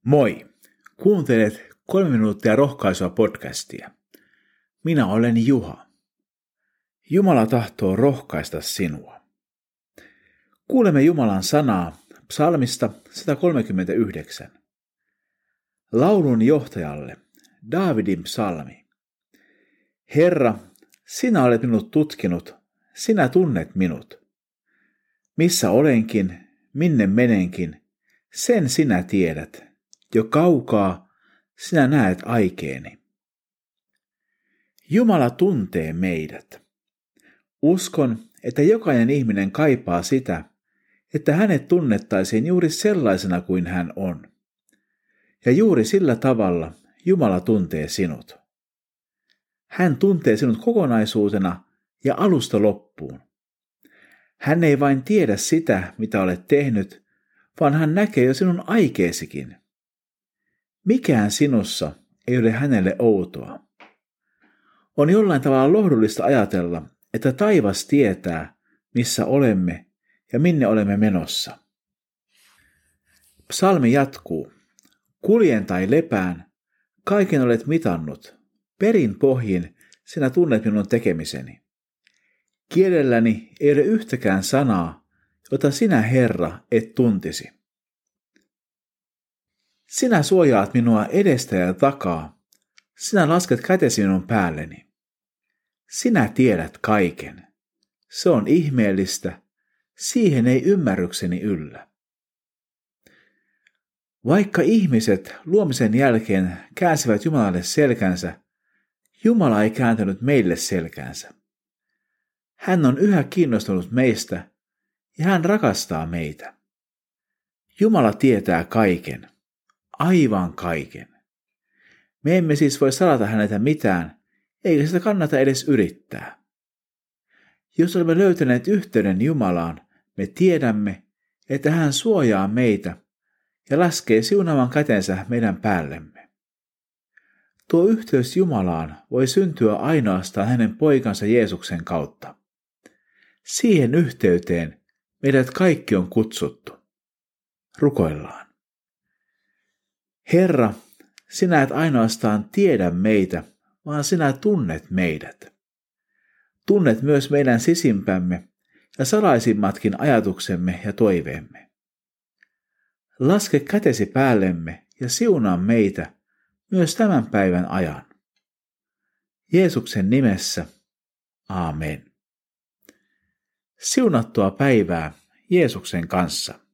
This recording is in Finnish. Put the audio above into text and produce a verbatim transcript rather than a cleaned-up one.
Moi! Kuuntelet kolme minuuttia rohkaisua podcastia. Minä olen Juha. Jumala tahtoo rohkaista sinua. Kuulemme Jumalan sanaa psalmista sata kolmekymmentäyhdeksän. Laulun johtajalle, Daavidin psalmi. Herra, sinä olet minut tutkinut, sinä tunnet minut. Missä olenkin, minne menenkin, sen sinä tiedät. Jo kaukaa sinä näet aikeeni. Jumala tuntee meidät. Uskon, että jokainen ihminen kaipaa sitä, että hänet tunnettaisiin juuri sellaisena kuin hän on. Ja juuri sillä tavalla Jumala tuntee sinut. Hän tuntee sinut kokonaisuutena ja alusta loppuun. Hän ei vain tiedä sitä, mitä olet tehnyt, vaan hän näkee jo sinun aikeesikin. Mikään sinussa ei ole hänelle outoa. On jollain tavalla lohdullista ajatella, että taivas tietää, missä olemme ja minne olemme menossa. Psalmi jatkuu. Kuljen tai lepään, kaiken olet mitannut. Perin pohjin sinä tunnet minun tekemiseni. Kielelläni ei ole yhtäkään sanaa, jota sinä, Herra, et tuntisi. Sinä suojaat minua edestä ja takaa. Sinä lasket kätesi minun päälleni. Sinä tiedät kaiken. Se on ihmeellistä. Siihen ei ymmärrykseni yllä. Vaikka ihmiset luomisen jälkeen käänsivät Jumalalle selkänsä, Jumala ei kääntänyt meille selkänsä. Hän on yhä kiinnostunut meistä ja hän rakastaa meitä. Jumala tietää kaiken. Aivan kaiken. Me emme siis voi salata häneltä mitään, eikä sitä kannata edes yrittää. Jos olemme löytäneet yhteyden Jumalaan, me tiedämme, että hän suojaa meitä ja laskee siunaavan kätensä meidän päällemme. Tuo yhteys Jumalaan voi syntyä ainoastaan hänen poikansa Jeesuksen kautta. Siihen yhteyteen meidät kaikki on kutsuttu. Rukoillaan. Herra, sinä et ainoastaan tiedä meitä, vaan sinä tunnet meidät. Tunnet myös meidän sisimpämme ja salaisimmatkin ajatuksemme ja toiveemme. Laske kätesi päällemme ja siunaa meitä myös tämän päivän ajan. Jeesuksen nimessä, aamen. Siunattua päivää Jeesuksen kanssa.